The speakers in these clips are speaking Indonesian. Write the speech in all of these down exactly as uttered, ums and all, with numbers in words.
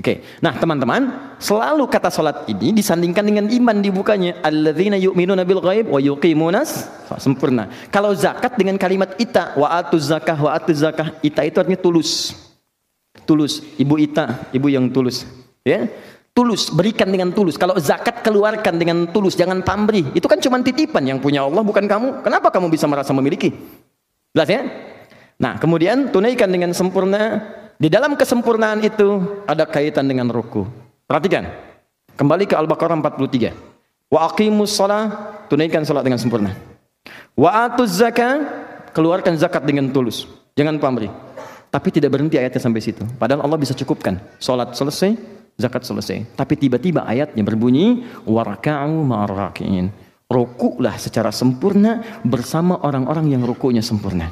Oke, nah teman-teman, selalu kata salat ini disandingkan dengan iman dibukanya. Alladzina yu'minuna bil ghaib wa yuqimunas, sempurna. Kalau zakat dengan kalimat ita, wa atuz zakah, wa atuz zakah, ita itu artinya tulus. Tulus, ibu ita, ibu yang tulus, ya. Tulus, berikan dengan tulus. Kalau zakat keluarkan dengan tulus, jangan pamrih. Itu kan cuma titipan, yang punya Allah bukan kamu. Kenapa kamu bisa merasa memiliki? Jelas ya? Nah, kemudian tunaikan dengan sempurna. Di dalam kesempurnaan itu ada kaitan dengan ruku. Perhatikan. Kembali ke Al-Baqarah empat puluh tiga. Wa aqimus shalah, tunaikan salat dengan sempurna. Wa atuz zakah, keluarkan zakat dengan tulus. Jangan pamrih. Tapi tidak berhenti ayatnya sampai situ. Padahal Allah bisa cukupkan. Salat selesai, zakat selesai. Tapi tiba-tiba ayatnya berbunyi warka'u ma'ar raki'in. Ruku'lah secara sempurna bersama orang-orang yang ruku'nya sempurna.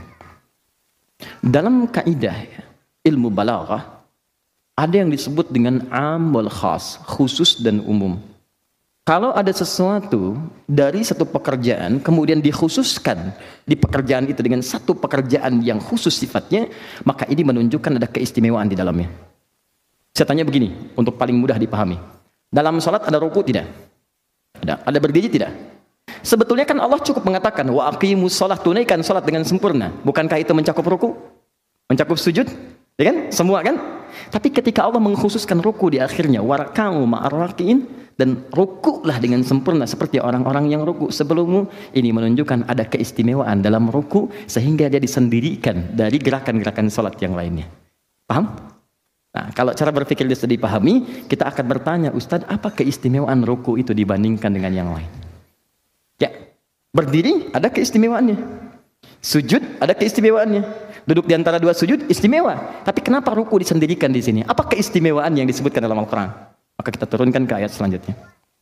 Dalam kaidah ilmu balaghah ada yang disebut dengan am wal khas, khusus dan umum. Kalau ada sesuatu dari satu pekerjaan kemudian dikhususkan di pekerjaan itu dengan satu pekerjaan yang khusus sifatnya, maka ini menunjukkan ada keistimewaan di dalamnya. Saya tanya begini untuk paling mudah dipahami. Dalam salat ada ruku tidak? Ada. Ada berdiri tidak? Sebetulnya kan Allah cukup mengatakan wa aqimus shalah, tunaikan salat dengan sempurna. Bukankah itu mencakup ruku? Mencakup sujud? Ya kan? Semua kan? Tapi ketika Allah mengkhususkan ruku di akhirnya, warka'u ma'ar raki'in, dan ruku'lah dengan sempurna seperti orang-orang yang ruku sebelummu, ini menunjukkan ada keistimewaan dalam ruku sehingga dia disendirikan dari gerakan-gerakan salat yang lainnya. Paham? Nah, kalau cara berpikir dia sudah dipahami, kita akan bertanya, Ustadz, apa keistimewaan ruku itu dibandingkan dengan yang lain? Ya, berdiri ada keistimewaannya. Sujud ada keistimewaannya. Duduk di antara dua sujud istimewa. Tapi kenapa ruku disendirikan di sini? Apa keistimewaan yang disebutkan dalam Al-Quran? Maka kita turunkan ke ayat selanjutnya.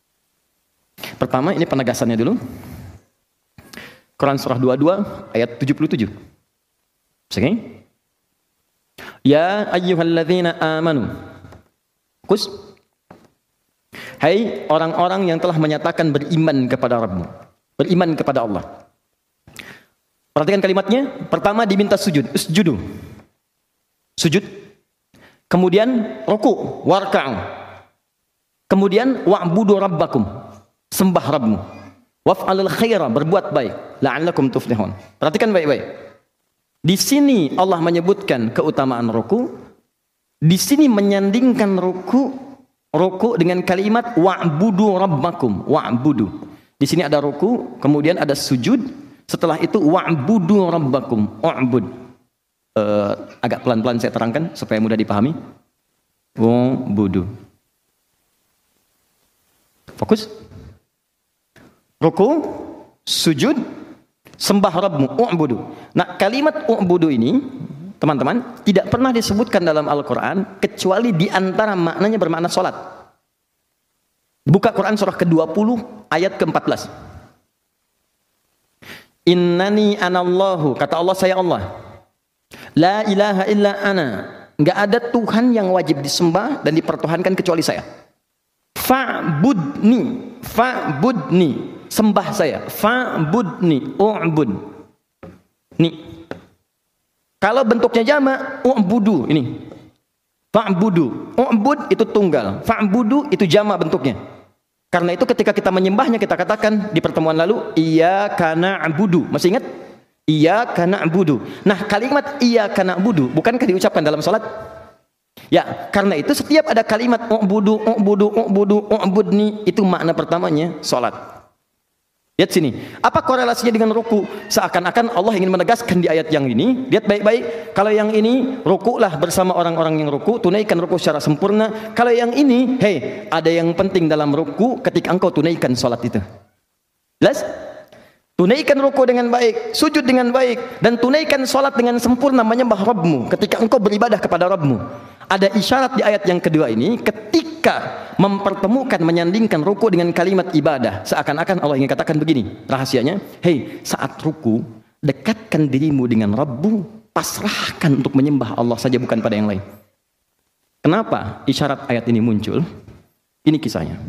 Pertama, ini penegasannya dulu. Quran surah dua puluh dua ayat tujuh puluh tujuh. Oke. Ya ayyuhalladzina amanu. Kus. Hai orang-orang yang telah menyatakan beriman kepada Rabbmu. Beriman kepada Allah. Perhatikan kalimatnya. Pertama diminta sujud, usjudu. Sujud. Kemudian ruku, warka'u. Kemudian wa'budu rabbakum. Sembah Rabbmu. Waf'alul khaira, berbuat baik. La'allakum tuflihun. Perhatikan baik-baik. Di sini Allah menyebutkan keutamaan ruku. Di sini menyandingkan ruku, ruku dengan kalimat wa'budu rabbakum. Wa'budu. Di sini ada ruku, kemudian ada sujud. Setelah itu wa'budu rabbakum, u'bud. Uh, agak pelan-pelan saya terangkan supaya mudah dipahami. Wa'budu. Fokus. Ruku, sujud, sembah Rabbmu, u'budu. Nah, kalimat u'budu ini, teman-teman, tidak pernah disebutkan dalam Al-Quran kecuali di antara maknanya bermakna salat. Buka Quran surah ke dua puluh ayat ke empat belas. Innani anallahu, kata Allah, saya Allah. La ilaha illa ana, enggak ada Tuhan yang wajib disembah dan dipertuhankan kecuali saya. Fa'budni, fa'budni, sembah saya. Fa'budni, u'bud. Nih. Kalau bentuknya jamak, u'budu ini. Fa'budu, u'bud itu tunggal, fa'budu itu jamak bentuknya. Karena itu ketika kita menyembahnya, kita katakan di pertemuan lalu, iyyaka na'budu. Masih ingat? Iyyaka na'budu. Nah, kalimat iyyaka na'budu bukankah diucapkan dalam salat? Ya, karena itu setiap ada kalimat u'budu, u'budu, u'budu, u'budni, itu makna pertamanya salat. Lihat sini. Apa korelasinya dengan ruku? Seakan-akan Allah ingin menegaskan di ayat yang ini. Lihat baik-baik. Kalau yang ini, rukulah bersama orang-orang yang ruku. Tunaikan ruku secara sempurna. Kalau yang ini, hei, ada yang penting dalam ruku ketika engkau tunaikan salat itu. Jelas? Tunaikan ruku dengan baik, sujud dengan baik, dan tunaikan salat dengan sempurna menyembah Rabbmu ketika engkau beribadah kepada Rabbmu. Ada isyarat di ayat yang kedua ini ketika mempertemukan, menyandingkan ruku dengan kalimat ibadah. Seakan-akan Allah ingin katakan begini, rahasianya, hei, saat ruku, dekatkan dirimu dengan Rabbu, pasrahkan untuk menyembah Allah saja, bukan pada yang lain. Kenapa isyarat ayat ini muncul? Ini kisahnya.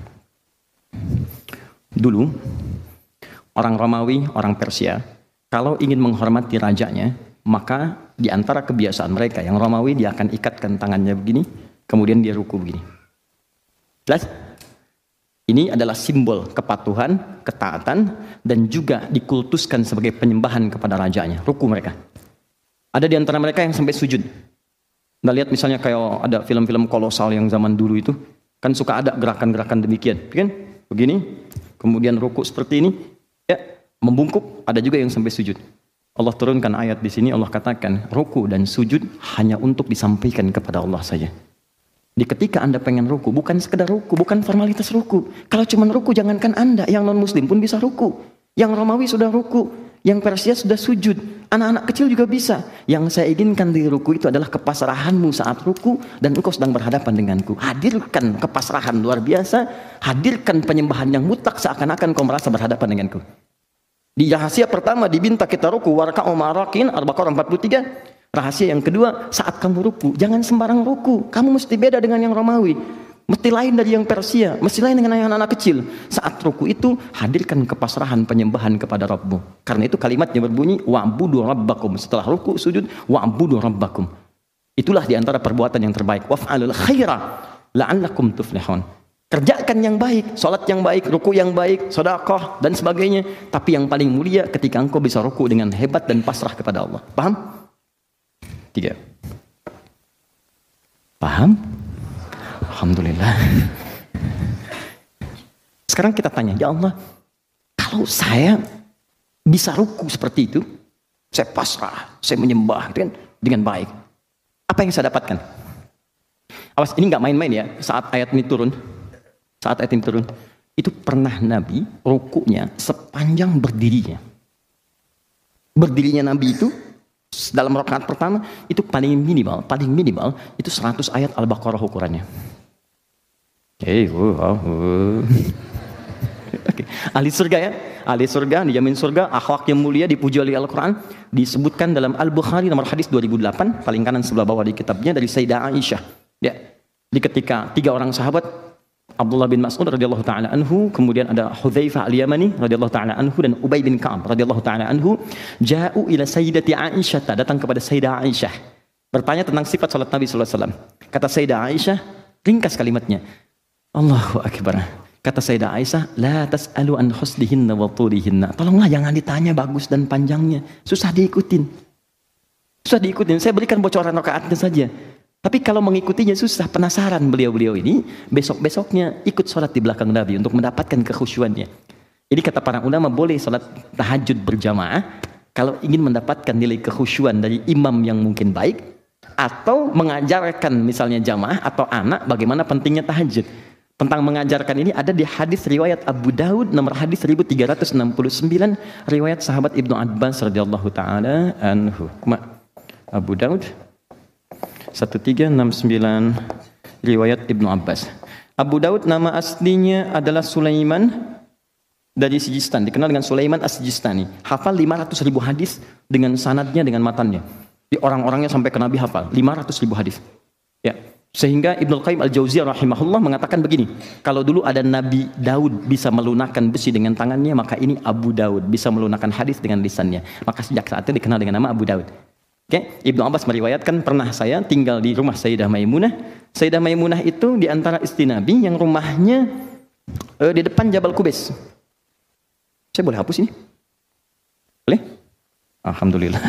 Dulu, orang Romawi, orang Persia, kalau ingin menghormati rajanya, maka di antara kebiasaan mereka yang Romawi, dia akan ikatkan tangannya begini, Kemudian dia ruku begini. Jelas? Ini adalah simbol kepatuhan, ketaatan, dan juga dikultuskan sebagai penyembahan kepada rajanya. Ruku mereka. Ada di antara mereka yang sampai sujud. Nah, lihat misalnya kayak ada film-film kolosal yang zaman dulu itu, kan suka ada gerakan-gerakan demikian, kan? Begini, kemudian ruku seperti ini, ya, membungkuk. Ada juga yang sampai sujud. Allah turunkan ayat di sini, Allah katakan, ruku dan sujud hanya untuk disampaikan kepada Allah saja. Di ketika Anda pengen ruku, bukan sekedar ruku, bukan formalitas ruku. Kalau cuma ruku, jangankan Anda, yang non-muslim pun bisa ruku. Yang Romawi sudah ruku, yang Persia sudah sujud. Anak-anak kecil juga bisa. Yang saya inginkan di ruku itu adalah kepasrahanmu saat ruku, dan engkau sedang berhadapan denganku. Hadirkan kepasrahan luar biasa, hadirkan penyembahan yang mutlak seakan-akan kau merasa berhadapan denganku. Di rahasia pertama diminta kita ruku, warka'u ma'arakin, Al-Baqarah empat puluh tiga. Rahasia yang kedua, saat kamu ruku, jangan sembarang ruku. Kamu mesti beda dengan yang Romawi. Mesti lain dari yang Persia. Mesti lain dengan yang anak-anak kecil. Saat ruku itu, hadirkan kepasrahan penyembahan kepada Rabbmu. Karena itu kalimatnya berbunyi, wa'budu rabbakum. Setelah ruku, sujud, wa'budu rabbakum. Itulah diantara perbuatan yang terbaik. Waf'alul khaira la'allakum tuflihun. Kerjakan yang baik, salat yang baik, ruku yang baik, sedekah dan sebagainya. Tapi yang paling mulia ketika engkau bisa ruku dengan hebat dan pasrah kepada Allah. Paham? Tiga. Paham? Alhamdulillah. Sekarang kita tanya, ya Allah, kalau saya bisa ruku seperti itu, saya pasrah, saya menyembah dengan, dengan baik, apa yang saya dapatkan? Awas, ini nggak main-main ya. Saat ayat ini turun, saat ayat ini turun, itu pernah Nabi rukunya sepanjang berdirinya. Berdirinya Nabi itu dalam rakaat pertama itu paling minimal, paling minimal itu seratus ayat Al-Baqarah ukurannya. Oke, okay, wow. Okay. Ahli surga ya, ahli surga dijamin surga, akhlak yang mulia dipuji oleh Al-Quran. Disebutkan dalam Al-Bukhari nomor hadis dua ribu delapan, paling kanan sebelah bawah di kitabnya, dari Sayyidah Aisyah. Ya, di ketika tiga orang sahabat, Abdullah bin Mas'ud radhiyallahu taala anhu, kemudian ada Hudzaifah al-Yamani radhiyallahu taala anhu, dan Ubay bin Ka'ab radhiyallahu taala anhu, ja'u ila Sayyidati Aisyah, datang kepada Sayyidah Aisyah, bertanya tentang sifat salat Nabi sallallahu alaihi wasallam. Kata Sayyidah Aisyah, ringkas kalimatnya, Allahu akbar. Kata Sayyidah Aisyah, la tas'alu an husnihinna wa tulihinna. Tolonglah jangan ditanya bagus dan panjangnya, susah diikutin. Susah diikutin. Saya berikan bocoran rakaatnya saja. Tapi kalau mengikutinya susah, penasaran beliau-beliau ini, besok-besoknya ikut sholat di belakang Nabi untuk mendapatkan kekhusyuannya. Jadi kata para ulama, boleh sholat tahajud berjamaah kalau ingin mendapatkan nilai kekhusyuan dari imam yang mungkin baik, atau mengajarkan misalnya jamaah atau anak bagaimana pentingnya tahajud. Tentang mengajarkan ini ada di hadis riwayat Abu Daud nomor hadis seribu tiga ratus enam puluh sembilan, riwayat sahabat Ibnu Abbas radhiyallahu taala anhu. Abu Daud seribu tiga ratus enam puluh sembilan, riwayat Ibnu Abbas. Abu Daud nama aslinya adalah Sulaiman dari Sijistan, dikenal dengan Sulaiman As-Sijistani. Hafal lima ratus ribu hadis dengan sanadnya, dengan matannya. Di orang-orangnya sampai ke Nabi hafal lima ratus ribu hadis. Ya, sehingga Ibnu Qayyim Al-Jauziyah rahimahullah mengatakan begini, kalau dulu ada Nabi Daud bisa melunakkan besi dengan tangannya, maka ini Abu Daud bisa melunakkan hadis dengan lisannya. Maka sejak saat itu dikenal dengan nama Abu Daud. Oke, Ibnu Abbas meriwayatkan, pernah saya tinggal di rumah Sayyidah Maimunah. Sayyidah Maimunah itu di antara istri Nabi yang rumahnya uh, di depan Jabal Qubais. Saya boleh hapus ini? Boleh? Alhamdulillah.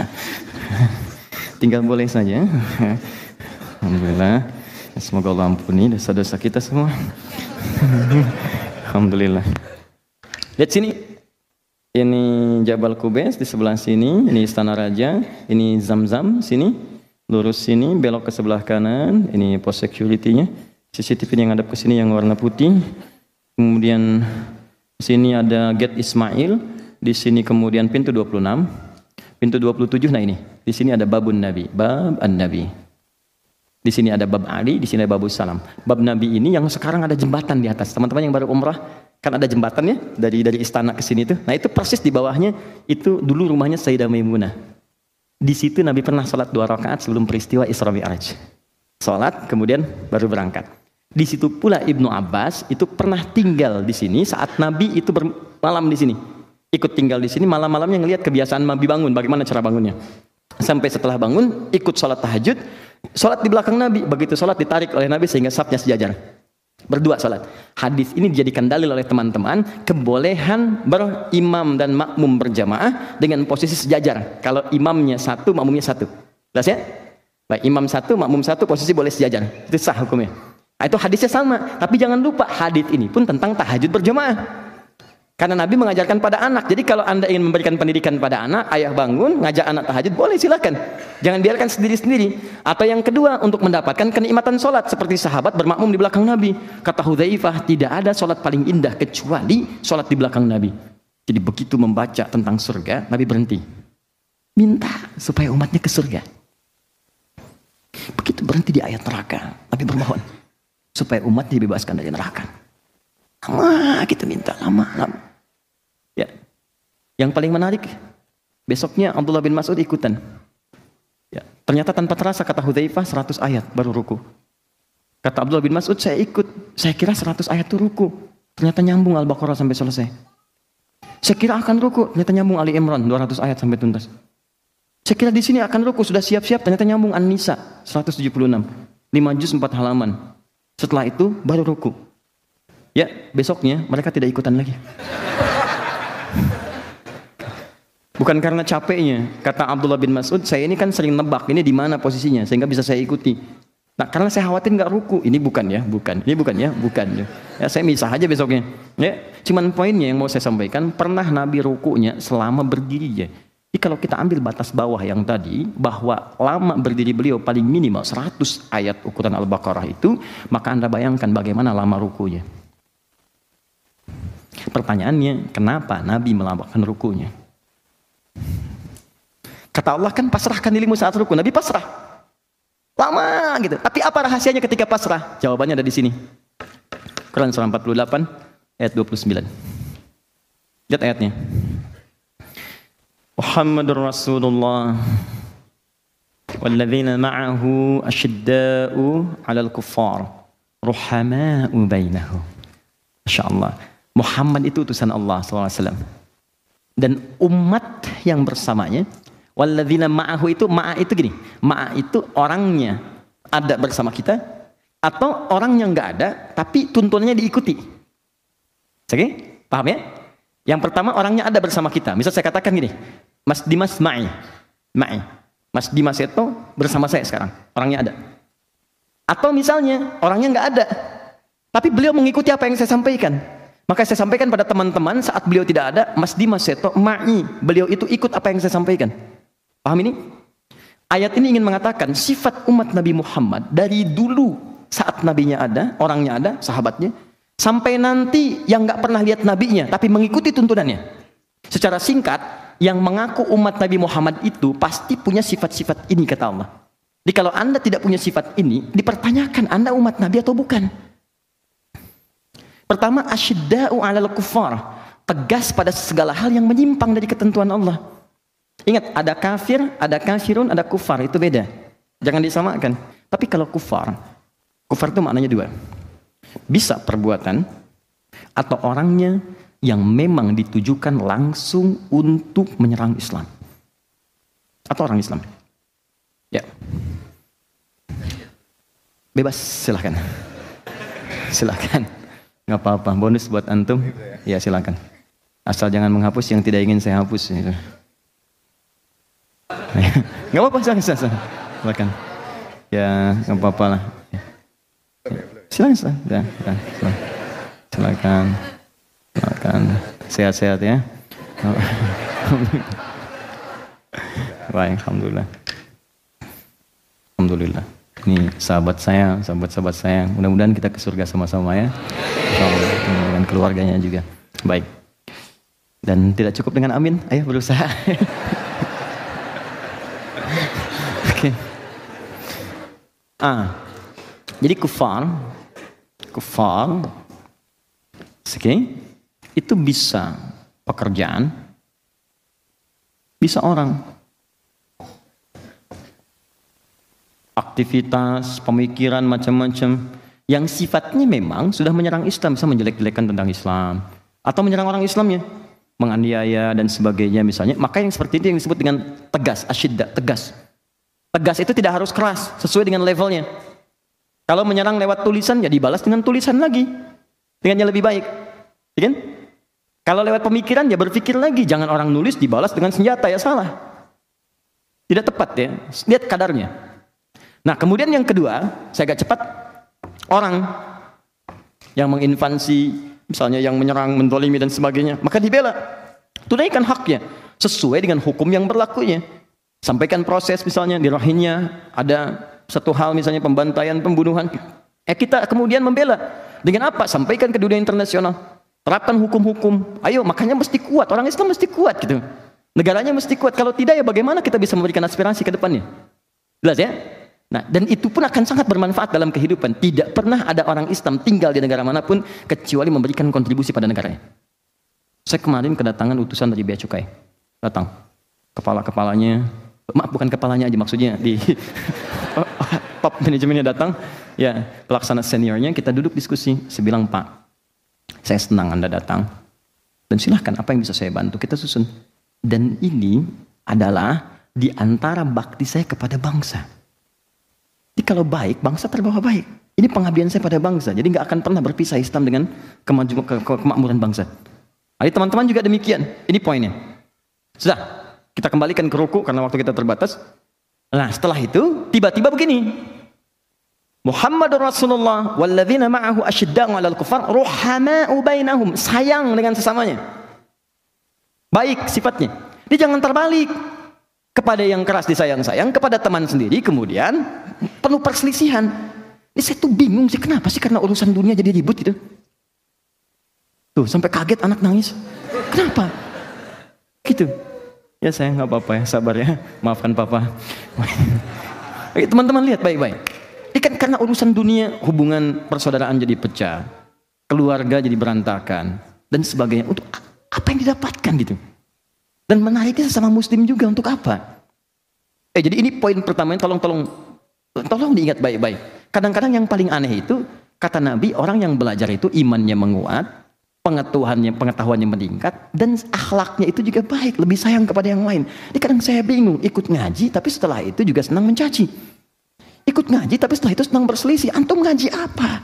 Tinggal boleh saja. Alhamdulillah. Semoga Allah ampuni dosa-dosa kita semua. Alhamdulillah. Lihat sini. Ini Jabal Qubais di sebelah sini, ini Istana Raja, ini Zam-Zam sini, lurus sini, belok ke sebelah kanan, ini pos security-nya, C C T V yang hadap ke sini yang warna putih. Kemudian sini ada Gate Ismail, di sini kemudian pintu dua puluh enam, pintu dua puluh tujuh. Nah ini, di sini ada Babun Nabi, Bab An-Nabi. Di sini ada Bab Ali, di sini ada Babus Salam. Bab Nabi ini yang sekarang ada jembatan di atas. Teman-teman yang baru umrah, kan ada jembatannya dari dari istana ke sini tuh. Nah itu persis di bawahnya itu dulu rumahnya Sayyidah Maimunah. Di situ Nabi pernah sholat dua rakaat sebelum peristiwa Isra Mi'raj. Sholat kemudian baru berangkat. Di situ pula Ibnu Abbas itu pernah tinggal di sini saat Nabi itu bermalam di sini. Ikut tinggal di sini, malam-malamnya ngelihat kebiasaan Nabi bangun, bagaimana cara bangunnya. sampai setelah bangun ikut sholat tahajud, sholat di belakang Nabi. Begitu sholat ditarik oleh Nabi sehingga safnya sejajar. Berdua sholat. Hadis ini dijadikan dalil oleh teman-teman kebolehan berimam dan makmum berjamaah dengan posisi sejajar. Kalau imamnya satu, makmumnya satu. Jelas ya? Baik, imam satu, makmum satu, posisi boleh sejajar. Itu sah hukumnya. Nah, itu hadisnya sama. Tapi jangan lupa hadis ini pun tentang tahajud berjamaah. Karena Nabi mengajarkan pada anak. Jadi kalau Anda ingin memberikan pendidikan pada anak, ayah bangun, ngajak anak tahajud, boleh, silakan. Jangan biarkan sendiri-sendiri. Atau yang kedua, untuk mendapatkan kenikmatan sholat. Seperti sahabat bermakmum di belakang Nabi. Kata Hudzaifah, tidak ada sholat paling indah kecuali sholat di belakang Nabi. Jadi begitu membaca tentang surga, Nabi berhenti. Minta supaya umatnya ke surga. Begitu berhenti di ayat neraka, Nabi bermohon supaya umat dibebaskan dari neraka. Lama kita minta, lama, lama. Ya, yang paling menarik, besoknya Abdullah bin Mas'ud ikutan. Ya, ternyata tanpa terasa kata Hudzaifah seratus ayat baru ruku. Kata Abdullah bin Mas'ud, saya ikut, saya kira seratus ayat itu ruku. Ternyata nyambung Al-Baqarah sampai selesai. Saya kira akan ruku, ternyata nyambung Ali Imran dua ratus ayat sampai tuntas. Saya kira di sini akan ruku, sudah siap-siap, ternyata nyambung An-Nisa seratus tujuh puluh enam, lima juz empat halaman. Setelah itu baru ruku. Ya, besoknya mereka tidak ikutan lagi. Bukan karena capeknya, kata Abdullah bin Mas'ud, saya ini kan sering nebak ini di mana posisinya sehingga bisa saya ikuti. Nah, karena saya khawatir nggak ruku. Ini bukan ya, bukan. Ini bukan ya, bukan ya. Ya, saya misah aja besoknya. Ya, cuman poinnya yang mau saya sampaikan, pernah Nabi rukunya selama berdiri ya. Jadi kalau kita ambil batas bawah yang tadi, bahwa lama berdiri beliau paling minimal seratus ayat ukuran Al-Baqarah itu, maka Anda bayangkan bagaimana lama rukunya. Pertanyaannya, kenapa Nabi melambangkan rukunya? Kata Allah kan pasrahkan dirimu saat ruku. Nabi pasrah. Lama gitu. Tapi apa rahasianya ketika pasrah? Jawabannya ada di sini. Quran surah empat puluh delapan ayat dua puluh sembilan. Lihat ayatnya. Muhammadur Rasulullah walladzina ma'ahu asyidda'u 'alal kuffar ruhama'u bainahum. Masyaallah. Muhammad itu utusan Allah shallallahu alaihi wasallam. Dan umat yang bersamanya, walladzina ma'ahu itu, ma'a itu gini, ma'a itu orangnya ada bersama kita, atau orang yang nggak ada, tapi tuntunannya diikuti. Oke? Paham ya? Yang pertama orangnya ada bersama kita. Misal saya katakan gini, Mas Dimas ma'i, ma'i. Mas Dimas itu bersama saya sekarang, orangnya ada. Atau misalnya orangnya nggak ada, tapi beliau mengikuti apa yang saya sampaikan. Maka saya sampaikan pada teman-teman saat beliau tidak ada, Mas Dimas Seto ma'i, beliau itu ikut apa yang saya sampaikan. Paham ini? Ayat ini ingin mengatakan sifat umat Nabi Muhammad dari dulu saat nabinya ada, orangnya ada, sahabatnya, sampai nanti yang nggak pernah lihat nabinya tapi mengikuti tuntunannya. Secara singkat, yang mengaku umat Nabi Muhammad itu pasti punya sifat-sifat ini kata Allah. Jadi kalau Anda tidak punya sifat ini, dipertanyakan Anda umat Nabi atau bukan. Pertama, asyidda'u 'alal kuffar, tegas pada segala hal yang menyimpang dari ketentuan Allah. Ingat, ada kafir, ada kafirun, ada kufar, itu beda. Jangan disamakan. Tapi kalau kufar, kufar itu maknanya dua. Bisa perbuatan atau orangnya yang memang ditujukan langsung untuk menyerang Islam. Atau orang Islam. Ya. Bebas, silakan. Silakan. Nggak apa-apa, bonus buat antum. Ya silakan. Asal jangan menghapus yang tidak ingin saya hapus. Nggak apa-apa, silakan, silakan. Silakan. Ya nggak apa-apa lah. Silakan, silakan. Ya, ya, silakan. Silakan. Silakan. Sehat-sehat ya. Baik, alhamdulillah. Alhamdulillah. Ini sahabat saya, sahabat-sahabat saya. Mudah-mudahan kita ke surga sama-sama ya. Dengan keluarganya juga. Baik. Dan tidak cukup dengan amin, ayo berusaha. Oke. Okay. Ah. Jadi kufar, kufar, oke, okay, itu bisa pekerjaan, bisa orang. Aktivitas, pemikiran macam-macam yang sifatnya memang sudah menyerang Islam, bisa menjelek-jelekan tentang Islam atau menyerang orang Islamnya. menganiaya dan sebagainya misalnya, maka yang seperti itu yang disebut dengan tegas, asyidda, tegas. Tegas itu tidak harus keras, sesuai dengan levelnya. Kalau menyerang lewat tulisan, ya dibalas dengan tulisan lagi, dengan yang lebih baik, ya kan? Kalau lewat pemikiran, ya berpikir lagi, jangan orang nulis dibalas dengan senjata, ya salah, tidak tepat ya. Lihat kadarnya. Nah kemudian yang kedua, saya agak cepat, orang yang menginvasi, misalnya yang menyerang, mendolimi dan sebagainya, maka dibela, tunaikan haknya sesuai dengan hukum yang berlakunya. Sampaikan proses, misalnya di Rohingya ada satu hal, misalnya pembantaian, pembunuhan, eh kita kemudian membela dengan apa? Sampaikan ke dunia internasional, terapkan hukum-hukum. Ayo, makanya mesti kuat, orang Islam mesti kuat gitu, negaranya mesti kuat. Kalau tidak, ya bagaimana kita bisa memberikan aspirasi ke depannya? Jelas ya? Nah, dan itu pun akan sangat bermanfaat dalam kehidupan. Tidak pernah ada orang Islam tinggal di negara manapun kecuali memberikan kontribusi pada negaranya. Saya kemarin kedatangan utusan dari Bea Cukai, datang, kepala-kepalanya, maaf bukan kepalanya aja, maksudnya di top manajemennya datang, ya pelaksana seniornya, kita duduk diskusi. Saya bilang, Pak, saya senang Anda datang, dan silahkan apa yang bisa saya bantu kita susun. Dan ini adalah di antara bakti saya kepada bangsa. Jadi kalau baik, bangsa terbawa baik. Ini pengabdian saya pada bangsa. Jadi nggak akan pernah berpisah Islam dengan kemaju, ke, ke, kemakmuran bangsa. Jadi teman-teman juga demikian. Ini poinnya. Sudah, kita kembalikan ke ruku karena waktu kita terbatas. Nah setelah itu, tiba-tiba begini. Muhammadur Rasulullah walladzina ma'ahu asyidda'u 'alal kufar ruhama'u bainahum. Sayang dengan sesamanya. Baik sifatnya. Dia jangan terbalik. Kepada yang keras disayang-sayang, kepada teman sendiri kemudian penuh perselisihan. Ini saya tuh bingung sih, kenapa sih? Karena urusan dunia jadi ribut gitu. Tuh sampai kaget anak nangis. Kenapa? Gitu. Ya saya nggak apa-apa ya, sabar ya. Maafkan papa. Teman-teman lihat baik-baik. Ini kan karena urusan dunia, hubungan persaudaraan jadi pecah, keluarga jadi berantakan dan sebagainya. Untuk apa yang didapatkan gitu? Dan menariknya sesama muslim juga untuk apa? Eh jadi ini poin pertama, tolong tolong tolong diingat baik-baik. Kadang-kadang yang paling aneh itu, kata Nabi, orang yang belajar itu imannya menguat, pengetahuannya pengetahuannya meningkat, dan akhlaknya itu juga baik, lebih sayang kepada yang lain. Ini kadang saya bingung, ikut ngaji tapi setelah itu juga senang mencaci. Ikut ngaji tapi setelah itu senang berselisih. Antum ngaji apa?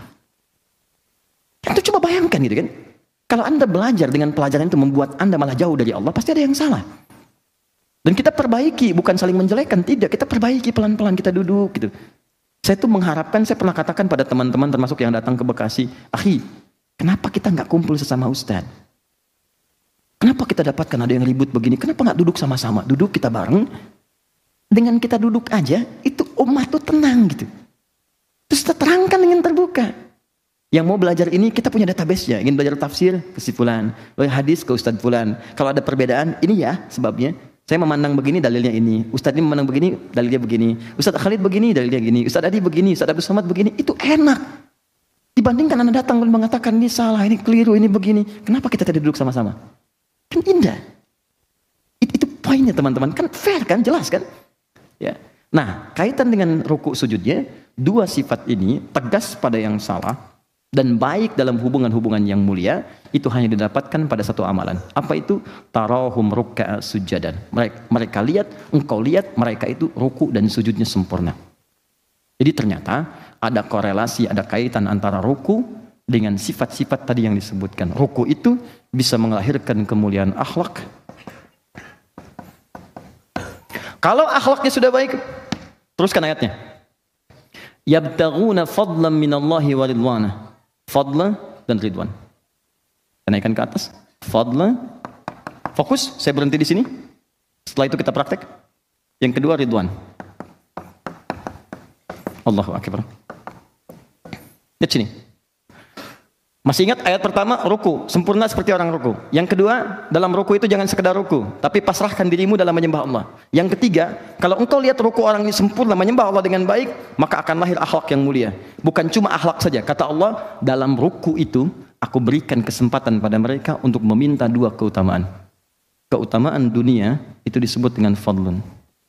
Itu coba bayangkan gitu kan. Kalau Anda belajar dengan pelajaran itu membuat Anda malah jauh dari Allah, pasti ada yang salah. Dan kita perbaiki, bukan saling menjelekkan, tidak. Kita perbaiki pelan-pelan, kita duduk gitu. Saya tuh mengharapkan, saya pernah katakan pada teman-teman termasuk yang datang ke Bekasi, akhi, kenapa kita nggak kumpul sesama ustadz? Kenapa kita dapatkan ada yang ribut begini? Kenapa nggak duduk sama-sama? Duduk kita bareng, dengan kita duduk aja, itu umat tuh tenang gitu. Terus kita terangkan dengan terbuka. Yang mau belajar ini, kita punya database-nya. Ingin belajar tafsir, ke si fulan. Belajar hadis, ke Ustadz fulan. Kalau ada perbedaan, ini ya sebabnya. Saya memandang begini, dalilnya ini. Ustadz ini memandang begini, dalilnya begini. Ustadz Khalid begini, dalilnya gini. Ustadz Adi begini, Ustadz Abdul Somad begini. Itu enak. Dibandingkan Anda datang dan mengatakan, ini salah, ini keliru, ini begini. Kenapa kita tidak duduk sama-sama? Kan indah. Itu, itu poinnya teman-teman. Kan fair kan, jelas kan? Ya. Nah, kaitan dengan ruku sujudnya, dua sifat ini tegas pada yang salah dan baik dalam hubungan-hubungan yang mulia, itu hanya didapatkan pada satu amalan. Apa itu? Tarahum ruk'a sujadan. Mereka, mereka lihat, engkau lihat, mereka itu ruku dan sujudnya sempurna. Jadi ternyata ada korelasi, ada kaitan antara ruku dengan sifat-sifat tadi yang disebutkan. Ruku itu bisa melahirkan kemuliaan akhlak. Kalau akhlaknya sudah baik, teruskan ayatnya. Yabtaghuna fadlan minallahi wa ridwana. Fadla dan ridwan. Naikkan ke atas. Fadla. Fokus, saya berhenti di sini. Setelah itu kita praktek. Yang kedua ridwan. Allahu akbar. Lihat sini. Masih ingat ayat pertama, ruku, sempurna seperti orang ruku. Yang kedua, dalam ruku itu jangan sekedar ruku, tapi pasrahkan dirimu dalam menyembah Allah. Yang ketiga, kalau engkau lihat ruku orang ini sempurna menyembah Allah dengan baik, maka akan lahir akhlak yang mulia. Bukan cuma akhlak saja, kata Allah, dalam ruku itu aku berikan kesempatan pada mereka untuk meminta dua keutamaan. Keutamaan dunia itu disebut dengan fadlun.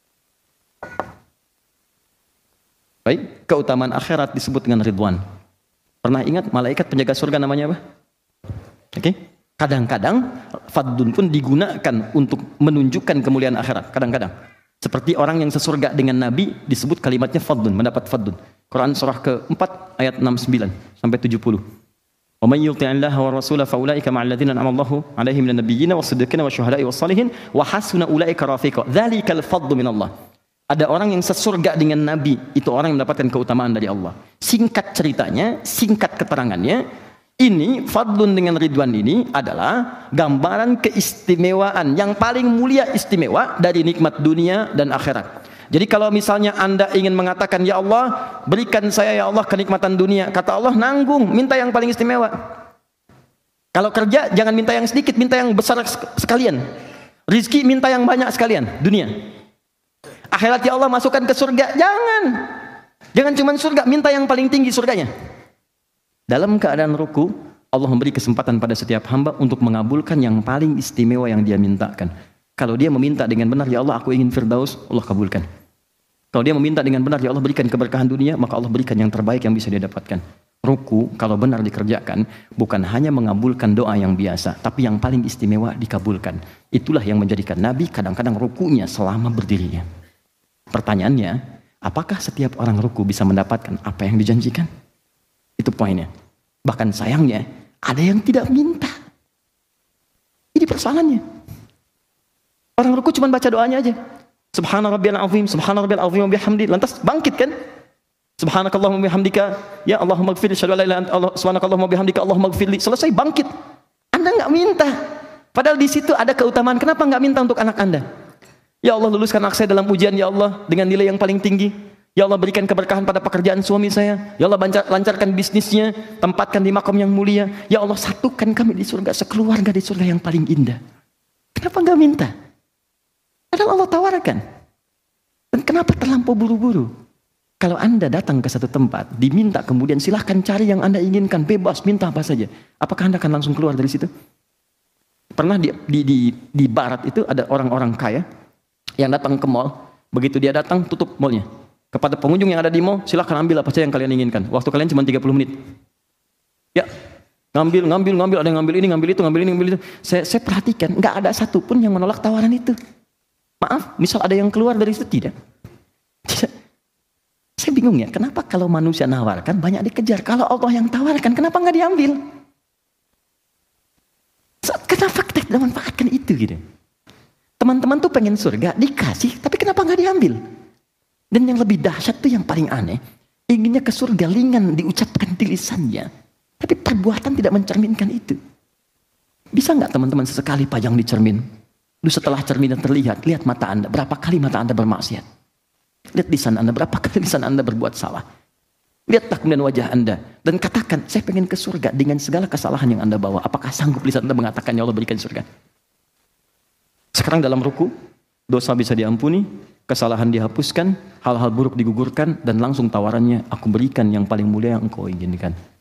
Baik, keutamaan akhirat disebut dengan ridwan. Pernah ingat malaikat penjaga surga namanya apa? Oke, okay. Kadang-kadang fadlun pun digunakan untuk menunjukkan kemuliaan akhirat. Kadang-kadang. Seperti orang yang sesurga dengan Nabi disebut kalimatnya fadlun, mendapat fadlun. Quran surah keempat ayat enam puluh sembilan sampai tujuh puluh. Wa may yuti'illaha wa rasulahu fa ulaika ma'al ladzina an'ama Allahu 'alaihim minan nabiyyin was-siddiqin wasyuhada'i was-shalihin wa hasuna ulaika rafiqa. Dzalikal fadlu minallah. Ada orang yang sesurga dengan Nabi, itu orang yang mendapatkan keutamaan dari Allah. Singkat ceritanya, singkat keterangannya, ini fadlun dengan ridwan ini adalah gambaran keistimewaan yang paling mulia istimewa dari nikmat dunia dan akhirat. Jadi kalau misalnya Anda ingin mengatakan, ya Allah berikan saya ya Allah kenikmatan dunia, kata Allah nanggung, minta yang paling istimewa. Kalau kerja jangan minta yang sedikit, minta yang besar sekalian. Rizki minta yang banyak sekalian, dunia. Akhirat ya Allah masukkan ke surga, jangan. Jangan cuma surga, minta yang paling tinggi surganya. Dalam keadaan ruku, Allah memberi kesempatan pada setiap hamba untuk mengabulkan yang paling istimewa yang dia mintakan. Kalau dia meminta dengan benar, ya Allah aku ingin Firdaus, Allah kabulkan. Kalau dia meminta dengan benar, ya Allah berikan keberkahan dunia, maka Allah berikan yang terbaik yang bisa dia dapatkan. Ruku kalau benar dikerjakan, bukan hanya mengabulkan doa yang biasa, tapi yang paling istimewa dikabulkan. Itulah yang menjadikan Nabi kadang-kadang rukunya selama berdirinya. Pertanyaannya, apakah setiap orang ruku bisa mendapatkan apa yang dijanjikan? Itu poinnya. Bahkan sayangnya ada yang tidak minta. Ini persoalannya. Orang ruku cuma baca doanya aja. Subhana rabbiyal azim, subhana rabbiyal azim wa bihamdi. Lantas bangkit kan? Subhanakallahumma bihamdika, ya Allahumma ighfirli, syahadu la ilaha illa anta, Allah subhanakallahumma bihamdika, Allahumma ighfirli. Selesai bangkit. Anda enggak minta. Padahal di situ ada keutamaan. Kenapa enggak minta untuk anak Anda? Ya Allah luluskan anak saya dalam ujian ya Allah dengan nilai yang paling tinggi. Ya Allah berikan keberkahan pada pekerjaan suami saya. Ya Allah lancarkan bisnisnya, tempatkan di makam yang mulia. Ya Allah satukan kami di surga, sekeluarga di surga yang paling indah. Kenapa enggak minta? Padahal Allah tawarkan. Dan kenapa terlampau buru-buru? Kalau Anda datang ke satu tempat, diminta kemudian silahkan cari yang Anda inginkan, bebas minta apa saja. Apakah Anda akan langsung keluar dari situ? Pernah di, di, di, di barat itu ada orang-orang kaya yang datang ke mall. Begitu dia datang, tutup mallnya. Kepada pengunjung yang ada di mall, silahkan ambil apa saja yang kalian inginkan. Waktu kalian cuma tiga puluh menit. Ya, ngambil, ngambil, ngambil, ada yang ngambil ini, ngambil itu, ngambil ini, ngambil itu. Saya, saya perhatikan, nggak ada satupun yang menolak tawaran itu. Maaf, misal ada yang keluar dari situ, tidak. Tidak. Saya bingung ya, kenapa kalau manusia nawarkan banyak dikejar? Kalau Allah yang tawarkan, kenapa nggak diambil? Kenapa kita tidak manfaatkan itu gitu? Teman-teman tuh pengen surga, dikasih, tapi kenapa nggak diambil? Dan yang lebih dahsyat tuh yang paling aneh, inginnya ke surga ringan diucapkan di lisannya, tapi perbuatan tidak mencerminkan itu. Bisa nggak teman-teman sesekali pajang di cermin? Lalu setelah cermin terlihat, lihat mata Anda, berapa kali mata Anda bermaksiat? Lihat lisan Anda, berapa kali lisan Anda berbuat salah? Lihatlah kemudian wajah Anda dan katakan, saya pengen ke surga dengan segala kesalahan yang Anda bawa. Apakah sanggup lisan Anda mengatakan, ya Allah berikan surga? Sekarang dalam ruku, dosa bisa diampuni, kesalahan dihapuskan, hal-hal buruk digugurkan, dan langsung tawarannya, aku berikan yang paling mulia yang engkau inginkan.